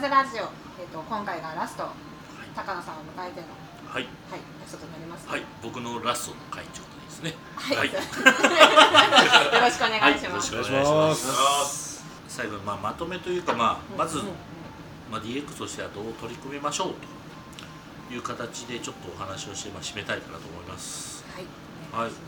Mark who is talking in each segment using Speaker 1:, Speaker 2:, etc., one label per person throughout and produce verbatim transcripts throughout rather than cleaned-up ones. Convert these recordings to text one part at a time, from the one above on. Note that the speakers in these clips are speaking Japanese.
Speaker 1: ズラジオ、えー、と今回がラスト、はい、高野さんを迎えての
Speaker 2: はい、
Speaker 1: はい、ラストとなります、ね。
Speaker 2: はい、僕のラストの会長ですね。
Speaker 1: はい、
Speaker 2: はい、
Speaker 1: よろしくお願いします。
Speaker 2: はい、よろしくお願いします。最後に、まあ、まとめというか、まあ、まず、まあ、ディーエックス としてはどう取り組みましょうという形でちょっとお話をして、まあ、締めたいかなと思います。はい、はい、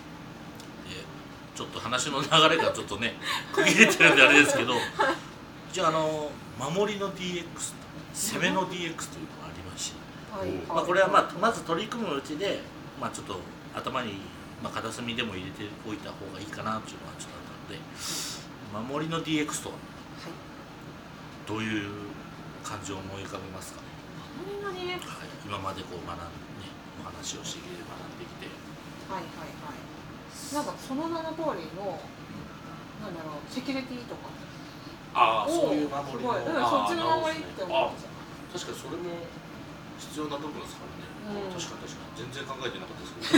Speaker 2: ちょっと話の流れがちょっとね区切れてるんであれですけどじゃあ、あの守りの ディーエックス と攻めの ディーエックス というのがありますし、はい、まあ、これは、まあ、まず取り組むうちで、まあ、ちょっと頭に、まあ、片隅でも入れておいた方がいいかなというのがちょっとあったので、守りの ディーエックス とはどういう感じを思い浮かべますかね。
Speaker 1: 守りの ディーエックス、
Speaker 2: はい、今までこう学んで、ね、お話をしてきて学んできて、
Speaker 1: はいはいはい、なんかその名の通りの、うん、なんだろう、セキュリティとか、
Speaker 2: ああ、そういう守りの、
Speaker 1: うん、そっちの守りって思うんですよ。
Speaker 2: 確かにそれも必要な部分ですからね。うん、確かに確かに全然考えてなかったですけど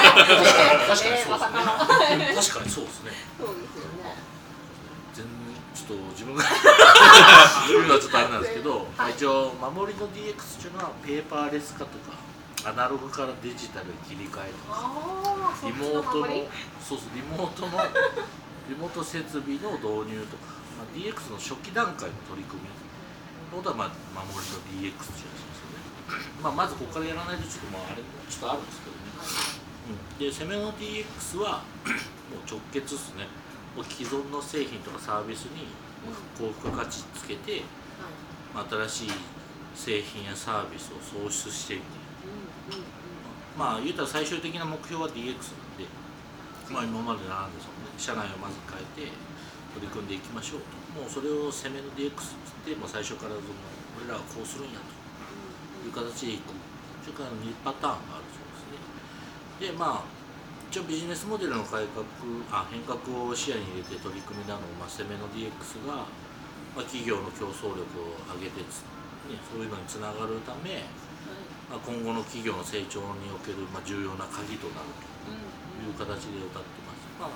Speaker 2: 確かにそうですね。確かにそうですね。そうですよね。全然ちょっと自分が言うのはちょっとあれなんですけど、はい、一応守りの ディーエックス っていうのはペーパーレス化とかアナログからデジタルに切り替えとか、リモートのそうそうリモートのリモート設備の導入とか、まあ、ディーエックス の初期段階の取り組みのことは、まあ、守りの ディーエックス って言うんですよね。まあ、まずここからやらないとちょっと、まあ、あれちょっとあるんですけどね、うん、で攻めの ディーエックス はもう直結ですね。もう既存の製品とかサービスに高付加価値つけて、まあ、新しい製品やサービスを創出していく。まあ言うたら最終的な目標は ディーエックス なんで、まあ今までなんでしょうね、社内をまず変えて取り組んでいきましょうと。もうそれを攻めの ディーエックス って言って、まあ、最初からその俺らはこうするんやという形でいく。それからにパターンがあるそうですね。でまあ一応ビジネスモデルの改革あ変革を視野に入れて取り組みなのを、まあ、攻めの ディーエックス が、まあ、企業の競争力を上げてつ、ね、そういうのにつながるため、まあ、今後の企業の成長における、まあ、重要な鍵となるという形で謳ってます。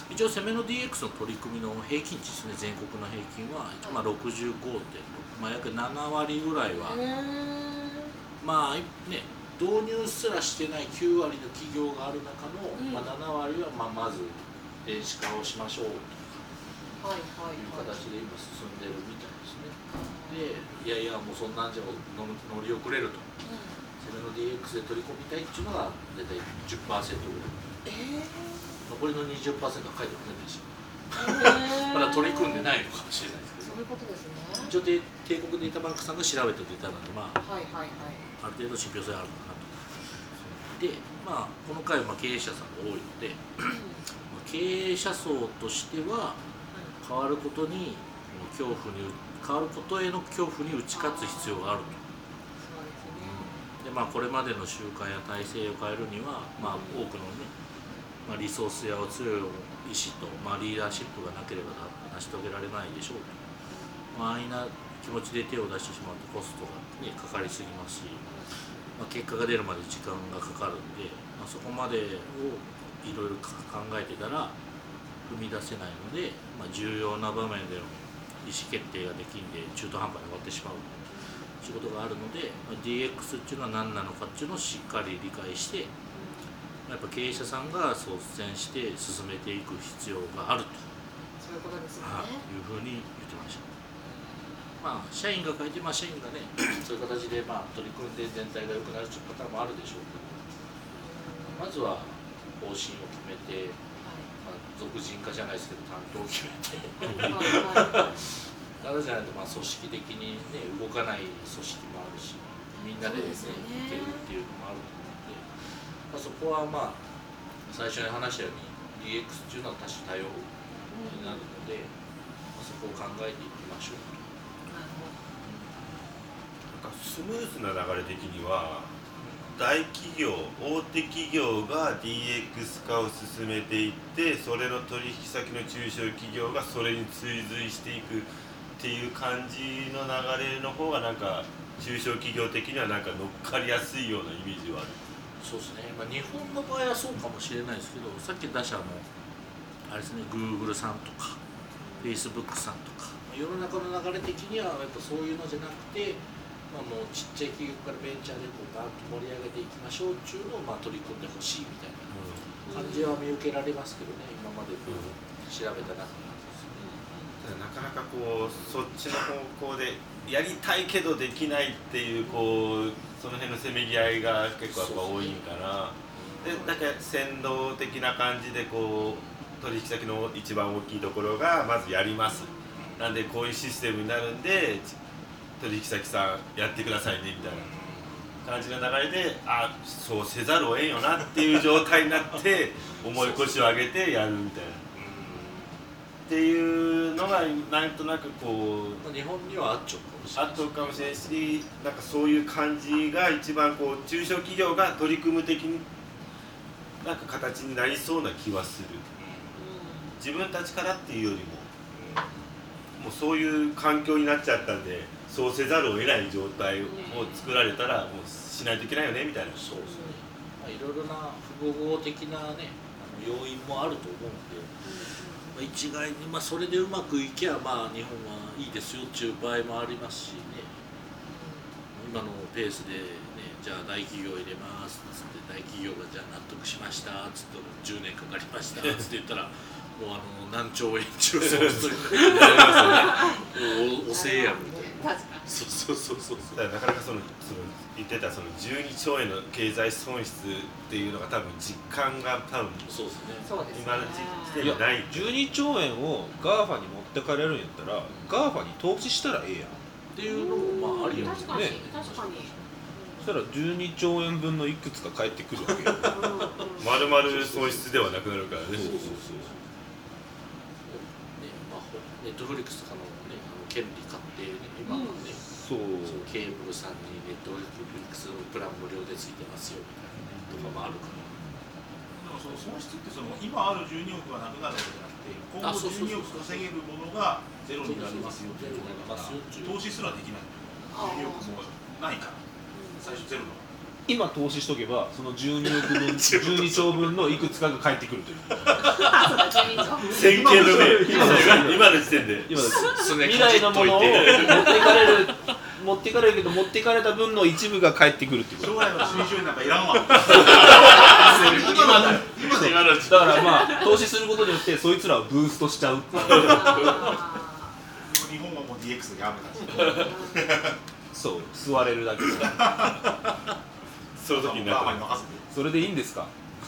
Speaker 2: まあ、一応攻めの ディーエックス の取り組みの平均値ですね、全国の平均は、まあ、ろくじゅうごてんろく、まあ、約ななわりぐらいは、まあね導入すらしてないきゅうわりの企業がある中の、うん、まあ、ななわりは、まあ、まず電子化をしましょうという形で今進んでるみたいですね。でいやいやもうそんなんじゃ乗り遅れると、攻めの ディーエックス で取り込みたいっていうのが大体 じゅっパーセント ぐらい、えー、残りの にじゅっパーセント は書いてませんでした、えー、まだ取り組んでないのかもしれないですけど、そういうことですね。一応帝国データバンクさんが調べて出たので、まあ、はいはいはい、ある程度信憑性あるかなと。でまあこの回はまあ経営者さんが多いので経営者層としては変わることに恐怖に変わることへの恐怖に打ち勝つ必要があると。でまあこれまでの習慣や体制を変えるには、まあ、多くのね、まあ、リソースや強い意志と、まあ、リーダーシップがなければ成し遂げられないでしょうと。まあ、安易な気持ちで手を出してしまうとコストが、ね、かかりすぎますし、まあ、結果が出るまで時間がかかるんで、まあ、そこまでをいろいろ考えてたら踏み出せないので、まあ、重要な場面での意思決定ができんで中途半端に終わってしまう仕事があるので、まあ、ディーエックス っていうのは何なのかっていうのをしっかり理解して、やっぱ経営者さんが率先して進めていく必要があると、
Speaker 1: そういうことですよね、
Speaker 2: いうふうに言ってました。まあ、社員が書いて、まあ、社員がねそういう形で、まあ、取り組んで全体が良くなるというパターンもあるでしょうけど、まずは方針を決めて、まあ、属人化じゃないですけど担当を決めてからじゃないと、まあ、組織的に、ね、動かない組織もあるし、みんなで、ね、いけるっていうのもあると思うので、まあ、そこはまあ最初に話したように ディーエックス っていうのは多種多様になるので、まあ、そこを考えていきましょうと。
Speaker 3: スムーズな流れ的には大企業大手企業が ディーエックス 化を進めていって、それの取引先の中小企業がそれに追随していくっていう感じの流れの方がなんか中小企業的にはなんか乗っかりやすいようなイメージはある。
Speaker 2: そうですね、まあ、日本の場合はそうかもしれないですけど、さっき出したのあれですね、Google さんとか Facebook さんとか世の中の流れ的にはやっぱそういうのじゃなくて、まあ、もうちっちゃい企業からベンチャーでこうバーッと盛り上げていきましょうっていうのをまあ取り組んでほしいみたいな感じは見受けられますけどね、今までこう調べた中で。
Speaker 3: なかなかこうそっちの方向でやりたいけどできないっていうこうその辺のせめぎ合いが結構やっぱ多いんかな。でだけ先導的な感じでこう取引先の一番大きいところがまずやります。なんでこういうシステムになるんで取引先さんやってくださいねみたいな感じの流れで、あ、そうせざるを得んよなっていう状態になって重い腰を上げてやるみたいな。っていうのがなんとなくこう
Speaker 2: 日本にはあっちゃうかもしれない、
Speaker 3: あっとかもしれないし、なんかそういう感じが一番こう中小企業が取り組む的になんか形になりそうな気はする。自分たちからっていうよりも、もうそういう環境になっちゃったんで、そうせざるを得ない状態を作られたらもうしないといけないよねみたいな。
Speaker 2: そうですね。まあいろいろな複合的なね、あの要因もあると思うんで。一概に、まあ、それでうまくいけば、まあ、日本はいいですよっていう場合もありますしね、今のペースで、ね、じゃあ大企業入れますっつって大企業がじゃあ納得しましたっつってじゅうねんかかりましたっつって言ったらもうあの何兆円中そうそうおせえやみたいな。そうそうそうそうそう。
Speaker 3: だからなかなかそのその言ってたそのじゅうにちょうえんの経済損失っていうのが多分実感が多分
Speaker 2: そうですね。
Speaker 3: 今の時点でない。
Speaker 4: じゅうにちょうえんを ガーファ に持ってかれるんやったら ガーファ に投資したらええやん
Speaker 2: っていうのもまああります
Speaker 1: 確かに、
Speaker 4: ね
Speaker 1: 確かに。
Speaker 4: そしたらじゅうにちょうえんぶんのいくつか返ってくるわけよ
Speaker 3: まるまる損失ではなくなるからね。
Speaker 4: そうそうそう
Speaker 2: ね、まあ、ネットフリックスとかのね、あの権利買ってね、今はね、
Speaker 4: そう
Speaker 2: そのケーブルさんにネットフリックスのプラン無料でついてますよみたいなとかもあるから。
Speaker 5: でもその損失ってその今あるじゅうにおくがなくなるわけじゃなくて、今後じゅうにおく稼げるものがゼロになりますよっていうことだから、投資すらできない。じゅうにおくもないから、最初ゼロの。
Speaker 4: 今投資しとけばそのじゅうにおくぶんじゅうにちょうぶんのいくつかが返ってくるという
Speaker 3: 先見の目、今の時点で
Speaker 4: 今未来のものを持っていかれる持っていかれるけど持っていかれた分の一部が返ってくるっていう
Speaker 5: 将来の収収なんかいらんわ。
Speaker 4: 今でだからまあ投資することによってそいつらをブーストしちゃうっていう
Speaker 5: 日本はもう ディーエックス でやめたし。
Speaker 4: そう座れるだけで
Speaker 3: その時になったら
Speaker 4: それでいいんですか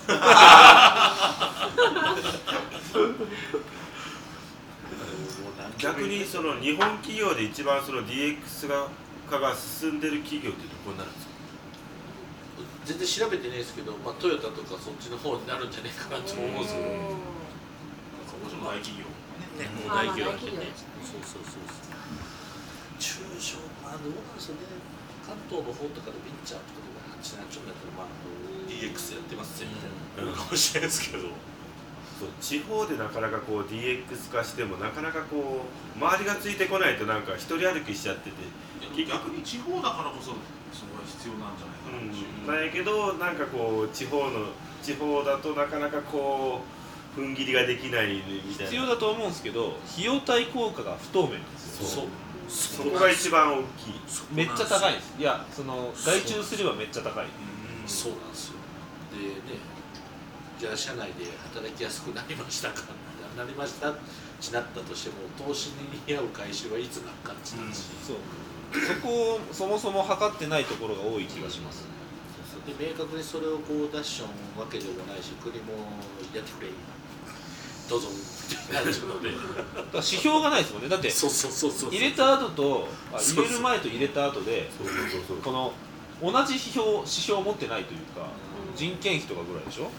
Speaker 3: 逆にその日本企業で一番その ディーエックス が化が進んでる企業ってどこになるんですか？
Speaker 2: 全然調べてないですけど、まあ、トヨタとかそっちの方になるんじゃないかなと思うんですけど、
Speaker 5: 大企業。
Speaker 2: ね、もう大企業なんでね。そうそうそうそう。中小、まあどうなんですよね。関東の方とかでベンチャーとかではちなちょんだったら、まあ ディーエックス やってますよみたいなのかもしれないですけど。
Speaker 3: そう地方でなかなかこう ディーエックス 化してもなかなかこう周りがついてこないとなんか一人歩きしちゃってて、
Speaker 5: 逆に地方だからこそすごい必要なんじゃないかなっていう。
Speaker 3: なんやけどなんかこう地方の地方だとなかなかこう踏ん切りができないみたいな。
Speaker 4: 必要だと思うんですけど費用対効果が不透明なんですよ。
Speaker 3: そうそこが一番大きい。
Speaker 4: めっちゃ高いんです。いやその外注すればめっちゃ高い。
Speaker 2: そうなんですよ。でね、じゃあ社内で働きやすくなりましたかなりましたってなったとしても投資に似合う回収はいつなるかってなるし、
Speaker 4: そうそこをそもそも測ってないところが多い気がします。
Speaker 2: で明確にそれをこう出しちゃうわけでもないし、国もやってくれどうぞみたいになっちゃうので、
Speaker 4: だから指標がないですもんね。だって
Speaker 2: そうそうそうそう
Speaker 4: 入れた後とあ入れる前と入れた後で
Speaker 3: そうそうそうそう。
Speaker 4: この同じ指標指標を持ってないというか、人件費とかぐらいでしょ。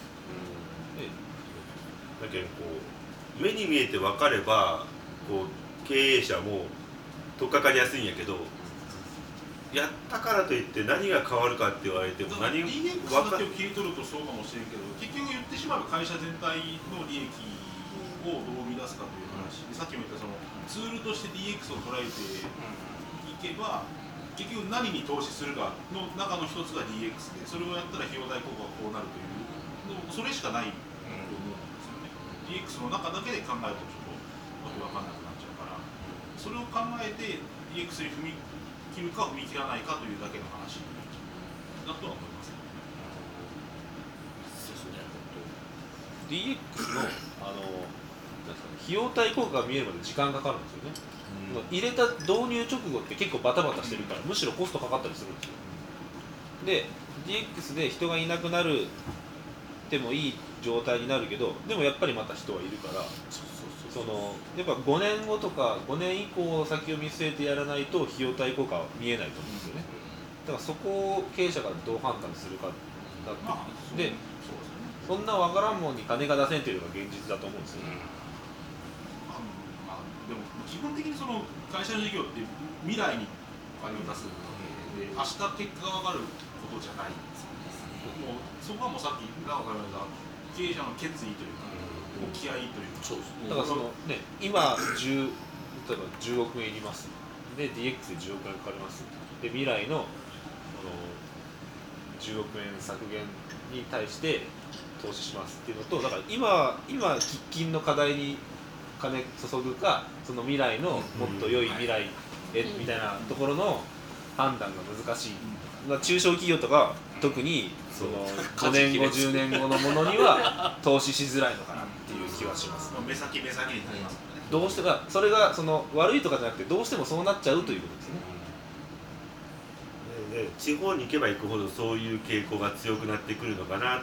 Speaker 3: だけどこう目に見えて分かればこう経営者も取っかかりやすいんやけど、やったからといって何が変わるかって言われても何も
Speaker 5: ディーエックス だけを切り取るとそうかもしれんけど、結局言ってしまえば会社全体の利益をどう生み出すかという話で、さっきも言ったそのツールとして ディーエックス を捉えていけば、結局何に投資するかの中の一つが ディーエックス で、それをやったら費用対効果がこうなるという、それしかないと思うんですよね。ディーエックス の中だけで考えるとちょっとわけわかんなくなっちゃうから、 それを考えて ディーエックス に踏み切るか踏み切らないかというだけの話だとは思います。
Speaker 2: ですね。
Speaker 4: ディーエックス のあのなんですかね、費用対効果が見えるまで時間かかるんですよね、うん、入れた導入直後って結構バタバタしてるからむしろコストかかったりするんですよ。で ディーエックス で人がいなくなるでもいい状態になるけど、でもやっぱりまた人はいるから、そのやっぱごねんごとかごねん以降先を見据えてやらないと費用対効果は見えないと思うんですよね。だからそこを経営者がどう判断するかだって、
Speaker 5: まあ、
Speaker 4: でそんなわからんもんに金が出せんというのが現実だと思うんですよね。
Speaker 5: まあ、でも基本的にその会社の事業って未来にお金を出すので、明日結果が分かることじゃないんですよね。もうそこはもうさっきが分かりました経営者の決意というか、もう気合いというか、
Speaker 2: そうですね。
Speaker 4: だからそのね、今じゅう例えばじゅうおくえんいりますで ディーエックス でじゅうおくえんかかりますで未来のこのじゅうおくえん削減に対して投資しますっていうのと、だから今今喫緊の課題に金注ぐか、その未来のもっと良い未来へみたいなところの判断が難しい、まあ、中小企業とか特にそのごねんごじゅうねんごのものには投資しづらいのかなっていう気はします。
Speaker 5: 目先目先になりますからね。
Speaker 4: どうしてもそれがその悪いとかじゃなくてどうしてもそうなっちゃうということですね。
Speaker 3: で地方に行けば行くほどそういう傾向が強くなってくるのかなって思って、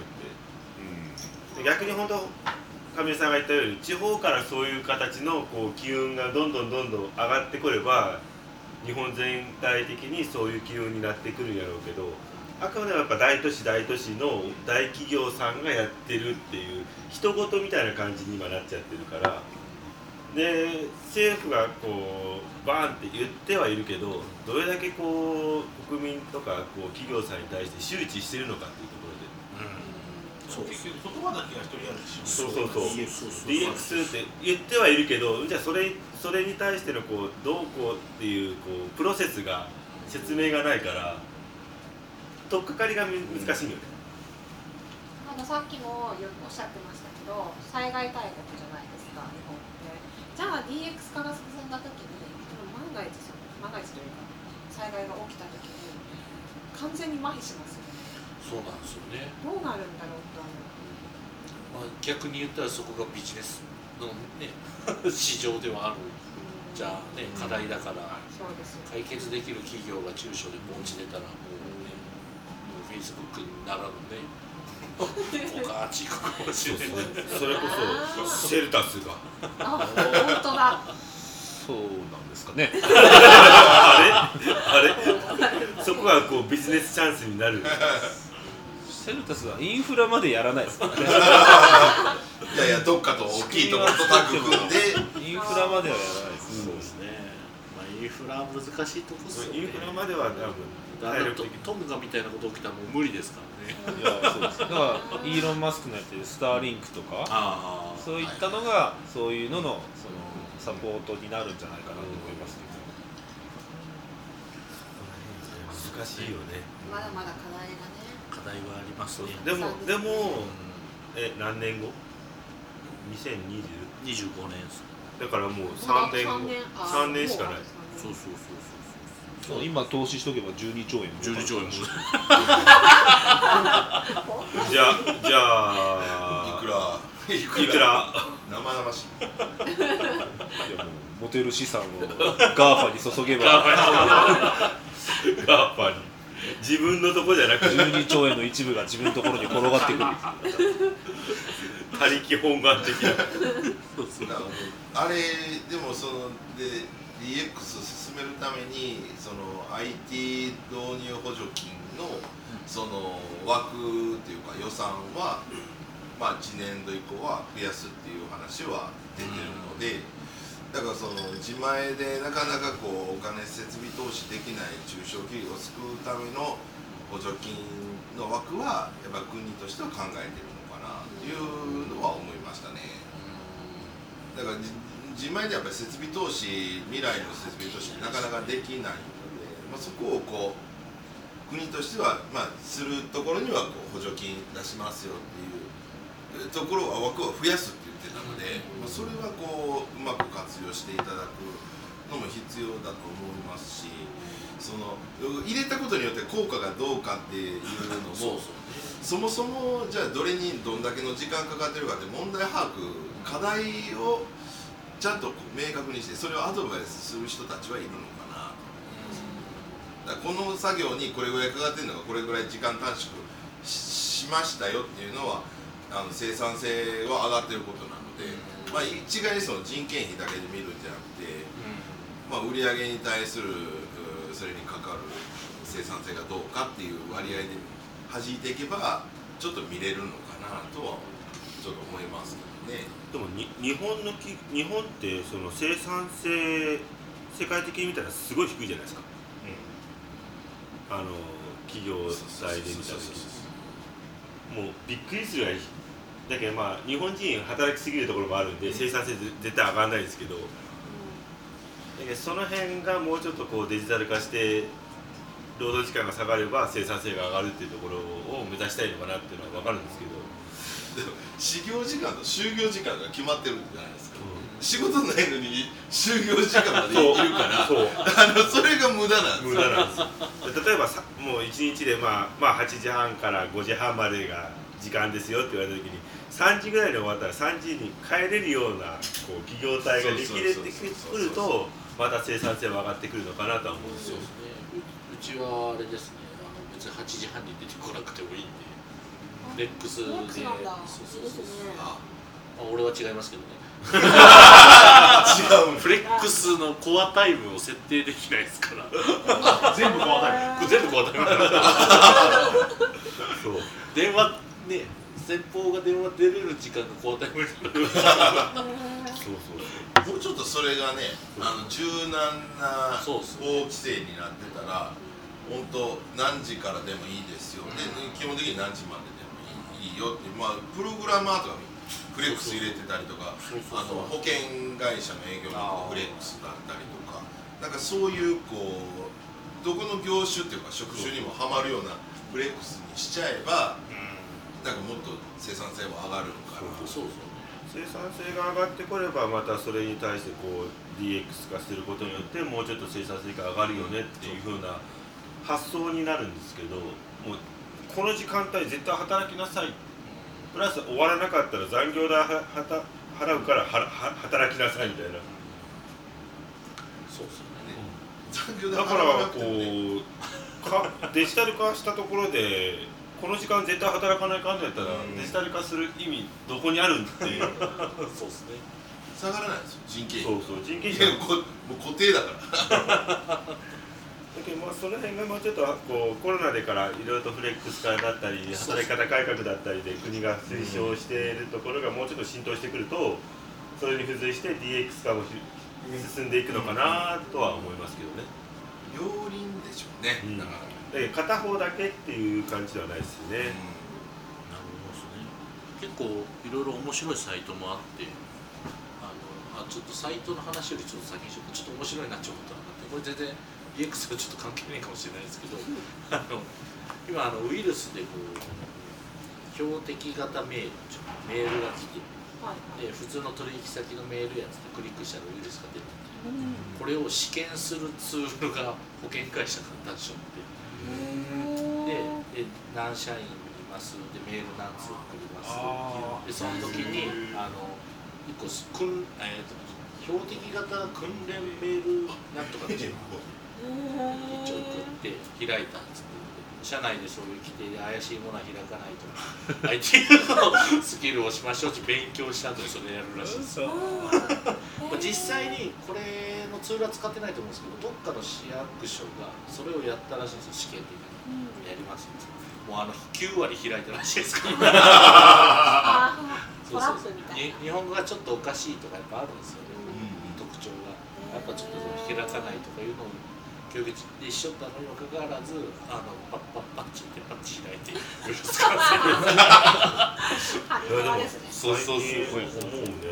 Speaker 3: うん、逆に本当上さんが言ったように地方からそういう形のこう機運がどんどんどんどん上がってくれば日本全体的にそういう機運になってくるんやろうけど、あくまでもやっぱ大都市大都市の大企業さんがやってるっていう人事みたいな感じに今なっちゃってるから、で政府がこうバーンって言ってはいるけど、どれだけこう国民とかこう企業さんに対して周知してるのかっていうところで、
Speaker 5: そう結局言葉だけが一人歩きします。
Speaker 3: そうそうそう
Speaker 5: ディーエックス
Speaker 3: ディーエックス って言ってはいるけど、じゃあそれそれに対してのこうどうこうっていうこうプロセスが説明がないから取っかかりが難しいよね。
Speaker 1: あのさっきもおっしゃってましたけど、災害大国じゃないですか日本って。じゃあ ディーエックス から進んだ時に万が一万が一というか災害が起きた時に完全に麻痺しますよね。
Speaker 2: そうなんですよね。
Speaker 1: どうなるんだろうと思う。
Speaker 2: まあ、逆に言ったらそこがビジネスの、ね、市場ではある、じゃあ、ね、課題だから、
Speaker 1: そうですよ、
Speaker 2: 解決できる企業が中小でポンチ出たらもうね、もうフェイスブックにならぬねおかあちいくかもしれない。
Speaker 3: それこそセルタスが
Speaker 1: あ、本当だ。
Speaker 4: そうなんですかね。
Speaker 3: あれあれそこがこうビジネスチャンスになる。
Speaker 4: セルタスはインフラまでやらないですからね。
Speaker 6: いやいや、どっかと大きいところとタッグ組んで
Speaker 4: インフラまではやらないです。
Speaker 2: そうですね。まあ、インフラ難しいとこですよね。
Speaker 3: インフラまでは多分
Speaker 2: だからトトムガみたいなこと起きたらもう無理ですからね。
Speaker 4: いや、そうです。だからイーロン・マスクのやってるスターリンクとか、
Speaker 2: ああ、
Speaker 4: そういったのがそういうののそのサポートになるんじゃないかなと思いますけど。
Speaker 3: 難しいよね。
Speaker 1: まだまだ課題がね。
Speaker 2: 課題はありますね。
Speaker 3: でもでもえ何年後？にせんにじゅう？
Speaker 2: にじゅうごねんです。
Speaker 3: だからもうさんねんご、さんねんしかない。
Speaker 2: そうそうそうそう。
Speaker 4: そう今投資しとけばじゅうにちょうえん。
Speaker 2: じゅうにちょうえんも。
Speaker 3: じゃあじゃあ
Speaker 6: いくら
Speaker 3: いくら
Speaker 6: 生々しい。
Speaker 4: いやもう持てる資産をガーファに注げば
Speaker 3: ガーパに自分のとこじゃなくて
Speaker 4: じゅうにちょうえんの一部が自分のところに転がってくる。
Speaker 3: 他力本願的な。
Speaker 6: あれでもそので ディーエックス を進めるためにその アイティー 導入補助金のその枠っていうか予算はまあ次年度以降は増やすっていう話は出てるので、だからその自前でなかなかこうお金設備投資できない中小企業を救うための補助金の枠はやっぱ国としては考えてるのかなというのは思いましたね。だから自前でやっぱり設備投資、未来の設備投資なかなかできないので、まあ、そこをこう国としては、まあ、するところにはこう補助金出しますよっていうところは枠を増やすって言ってけなので、まあ、それはこううまく活用していただくのも必要だと思いますし、その入れたことによって効果がどうかっていうのも
Speaker 2: そうそう
Speaker 6: そもそもじゃあどれにどんだけの時間かかってるかって問題把握課題をちゃんと明確にしてそれをアドバイスする人たちはいるのかなと。だからこの作業にこれぐらいかかってるのがこれぐらい時間短縮 し, しましたよっていうのはあの生産性は上がってることなので、まあ、一概にその人件費だけで見るんじゃなくて、まあ、売上に対するそれにかかる生産性がどうかっていう割合で弾いていけばちょっと見れるのかなとはちょっと思いますけどね。
Speaker 3: でもに日本のき日本ってその生産性世界的に見たらすごい低いじゃないですか、うん、あの企業体で見た時にもうびっくりするぐらいだけど、まあ日本人働きすぎるところもあるんで生産性絶対上がらないですけど、だけどその辺がもうちょっとこうデジタル化して労働時間が下がれば生産性が上がるっていうところを目指したいのかなっていうのは分かるんですけど、
Speaker 6: でも始業時間と就業時間が決まってるじゃないですか、うん、仕事ないのに就業時間までいるから
Speaker 3: そう
Speaker 6: あのそれが無駄なんですよ。
Speaker 3: 無駄なんです例えばさもういちにちで、まあ、まあはちじはんからごじはんまでが時間ですよって言われた時にさんじぐらいで終わったらさんじに帰れるようなこう企業体ができてくるとまた生産性は上がってくるのかなとは思うんですよ。
Speaker 2: そうですね。うちはあれですね、あの別にはちじはんに出てこなくてもいいんで、レックスで、
Speaker 1: レックスなんだ。
Speaker 2: そうそうそうそう。
Speaker 1: いいですね。
Speaker 2: あ、まあ、俺は違いますけどね。
Speaker 6: 違う
Speaker 2: フレックスのコアタイムを設定できないですから。
Speaker 5: 全部コアタイム。
Speaker 2: これ全部コアタイム。
Speaker 3: そう
Speaker 2: 電話ね、先方が電話出れる時間がコアタイムになる。
Speaker 3: そうそう
Speaker 6: もうちょっとそれがねあの柔軟な法規制になってたら本当何時からでもいいですよ、で基本的に何時まででもいい、いいよって、まあ、プログラマーとかフレックス入れてたりとか、あの保険会社の営業のフレックスだったりとか、なんかそういうこうどこの業種っていうか職種にもハマるようなフレックスにしちゃえば、なんかもっと生産性も上がるのかな。
Speaker 2: そうそう。
Speaker 3: 生産性が上がってこればまたそれに対してこう ディーエックス 化することによってもうちょっと生産性が上がるよねっていう風な発想になるんですけど、もうこの時間帯絶対働きなさいプラス終わらなかったら残業代ははた払うからはは働きなさいみたいな。
Speaker 2: そうですよね。
Speaker 6: 残業代
Speaker 3: だから
Speaker 6: 払わなくて
Speaker 3: こ
Speaker 6: もね
Speaker 3: うかデジタル化したところでこの時間絶対働かないかんのやったら、
Speaker 6: うん
Speaker 3: デジタル化する意味どこにあるんっていう
Speaker 2: そうですね。
Speaker 6: 下がらないですよ人件費。
Speaker 3: そうそう人件
Speaker 6: い
Speaker 3: 費
Speaker 6: やこもう固定だから
Speaker 3: だけどまあその辺がもうちょっとこうコロナでからいろいろとフレックス化だったり働き方改革だったりで国が推奨しているところがもうちょっと浸透してくるとそれに付随して ディーエックス 化も進んでいくのかなとは思いますけどね。
Speaker 6: 両輪でしょうね、
Speaker 3: うん
Speaker 6: だから、
Speaker 3: だけど片方だけっていう感じではないですよね。
Speaker 2: なるほどですね。結構いろいろ面白いサイトもあって、あのあちょっとサイトの話よりちょっと先にしようか、ちょっと面白いなって思ったのがあって、これ全然 ディーエックス とちょっと関係ないかもしれないですけど、あの今あのウイルスでこう標的型メールメールが来て、
Speaker 1: はい
Speaker 2: で普通の取引先のメールやつでクリックしたらウイルスが出る。
Speaker 1: うん
Speaker 2: これを試験するツールが保険会社が出しちゃってでで何社員いますでメール何通送りますでその時にあの一個訓、えー、と標的型訓練メールなんとかっていうのを一応送って開いたんですね。社内でそういう規定で怪しいものは開かないとアイティー のスキルをしましょうって勉強した後にそれやるらしいですよ。まあ実際にこれのツールは使ってないと思うんですけど、どっかの市役所がそれをやったらしいんですよ、試験的にやりますって。もうあのきゅうわり開いたらしいですから
Speaker 1: あートラップみたいな。
Speaker 2: に日本語がちょっとおかしいとかやっぱあるんですよね、特徴がやっぱちょっと開かないとかいうのを教育で一緒だのにもかかわらず、あのパッパッパッチってパッチ開いて許すか
Speaker 1: ハリワですね。
Speaker 6: そうそうそう
Speaker 3: 最近思うね。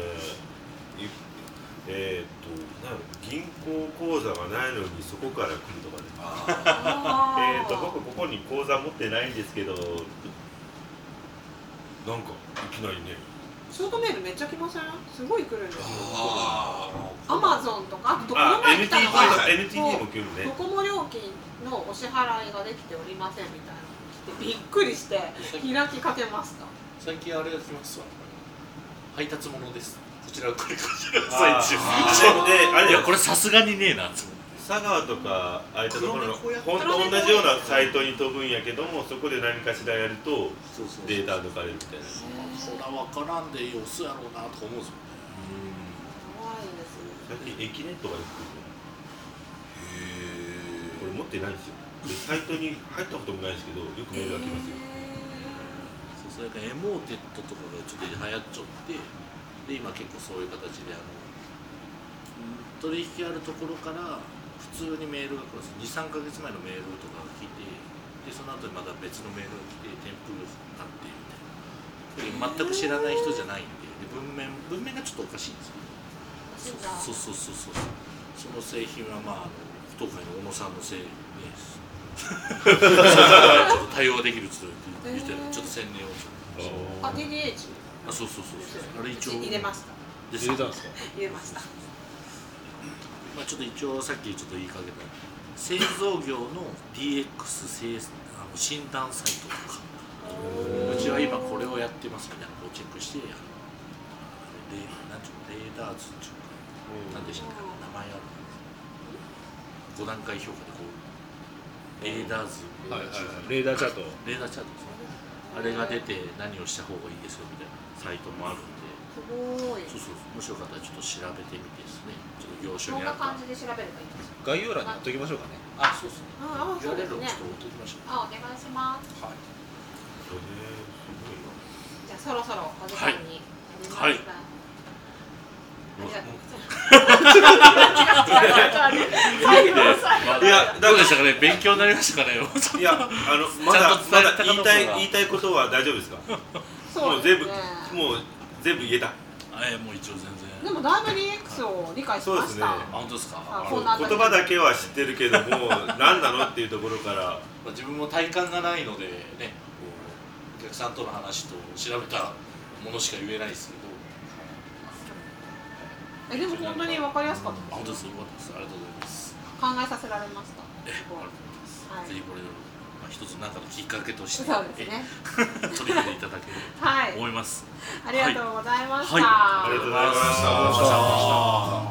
Speaker 3: えー、っとなん銀行口座がないのにそこから来るとかね。えー、っと僕ここに口座持ってないんですけど、なんかいきなりね、
Speaker 1: ショートメールめっちゃ来ません？すごい来るんですよ。
Speaker 6: あ
Speaker 1: アマゾンとか、あとこ
Speaker 3: あ
Speaker 1: の前来た
Speaker 3: エヌティーティー
Speaker 1: のが
Speaker 3: とか エヌティーティー も来るね
Speaker 1: ドコモ料金のお支払いができておりませんみたいなのが来てびっくりして開きかけました。
Speaker 2: 最近あれが来ますわ。配達物です。こちらをクリックしてくださいっていう。
Speaker 3: あであれ
Speaker 2: いやこれさすがにねえなって。
Speaker 3: 佐川とかああいったところの
Speaker 2: 黒猫や
Speaker 3: 本当同じようなサイトに飛ぶんやけども、そこで何かしらやると
Speaker 2: そうそうそう
Speaker 3: データとか出るみたいな。
Speaker 2: そら分からんでよすやろうなとか思うんですよ。
Speaker 1: 怖いですね。
Speaker 3: 最近駅ネットがよく来るね。
Speaker 6: へ
Speaker 3: これ持ってないんですよ。でサイトに入ったこともないんですけど、よくメールが来ますよ。
Speaker 2: そうそれからエモーテッドとかがちょっと流行っちゃって、で今結構そういう形であの取引あるところから普通にメールが来るんです。にさんかげつまえのメールとかが来て、でその後にまた別のメールが来て添付があってみたいな。全く知らない人じゃないんで、で文面文面がちょっとおかしいんですよ。そうそうそうそうそう。その製品はまああの不当会の小野さんのせいで、ね、ちょっと対応できるって言ってちょっと宣伝をちょっと。
Speaker 1: あ、ティーディーエイチ。
Speaker 2: あ、そうそうそうそう。あれ一応
Speaker 1: 入れました。
Speaker 2: です
Speaker 4: 入れたんですか？
Speaker 1: 入れました。
Speaker 2: まあちょっと一応さっきちょっと言いかけた製造業の ディーエックス 製あの診断サイトとか、うちは今これをやってますみたいなのをチェックして、あのレなんていうのレーダーズっていうか、なんでしたっけ名前あるご段階評価でこうレーダーズ、
Speaker 4: はいはいはい、レーダーチャート。
Speaker 2: レーダーチャートですね。あれが出て何をした方がいいですよみたいなサイトもあるんで。
Speaker 1: すごい。
Speaker 2: そうそうもしよかったらちょっと調べてみてですね、ちょっと業種
Speaker 1: こんな
Speaker 2: にあった
Speaker 1: 感じで調べればいいんですか？
Speaker 4: 概要欄に貼っときましょうかね。
Speaker 2: あ、そうですね。
Speaker 1: ああ、そうです
Speaker 2: ユーアールエル を
Speaker 1: ね
Speaker 2: ちょっと置いておきましょう。
Speaker 1: あ、お願いします。
Speaker 2: はい。
Speaker 3: それすごいな。
Speaker 1: じゃあそろそろお時間になりました。
Speaker 2: はい
Speaker 1: ありがとうございます。
Speaker 3: いや
Speaker 2: どうでしたかね、勉強になりましたかね。
Speaker 3: いやあのま
Speaker 2: ちゃ
Speaker 3: だ
Speaker 2: んと伝えたか
Speaker 3: まだ言いたい
Speaker 2: どうかが
Speaker 3: 言いたいことは大丈夫ですか？もう全部もう全部言えた。
Speaker 2: えもう一応全然。
Speaker 1: でもだいぶ ディーエックス を理解しました。
Speaker 3: そうですね
Speaker 2: あ、本当ですか。
Speaker 1: あ
Speaker 2: あ
Speaker 1: こんな
Speaker 3: 言葉だけは知ってるけども何なのっていうところから
Speaker 2: まあ自分も体感がないのでね、こうお客さんとの話と調べたものしか言えないですけど。
Speaker 1: え、でも本当に分かりやすかった
Speaker 2: あ、本当です。よかったです。ありがとうございます。
Speaker 1: 考えさせられました。
Speaker 2: え、
Speaker 1: すごい
Speaker 2: ありがとうございます。
Speaker 1: はい
Speaker 2: ぜひこれをまあ一つ何かのきっかけとして
Speaker 1: そうですね。
Speaker 2: え取り組んでいただければ
Speaker 1: はい
Speaker 2: と。思います。
Speaker 1: ありがとうございました。
Speaker 2: はい
Speaker 3: ありがとうございました。
Speaker 2: ありがとうございました。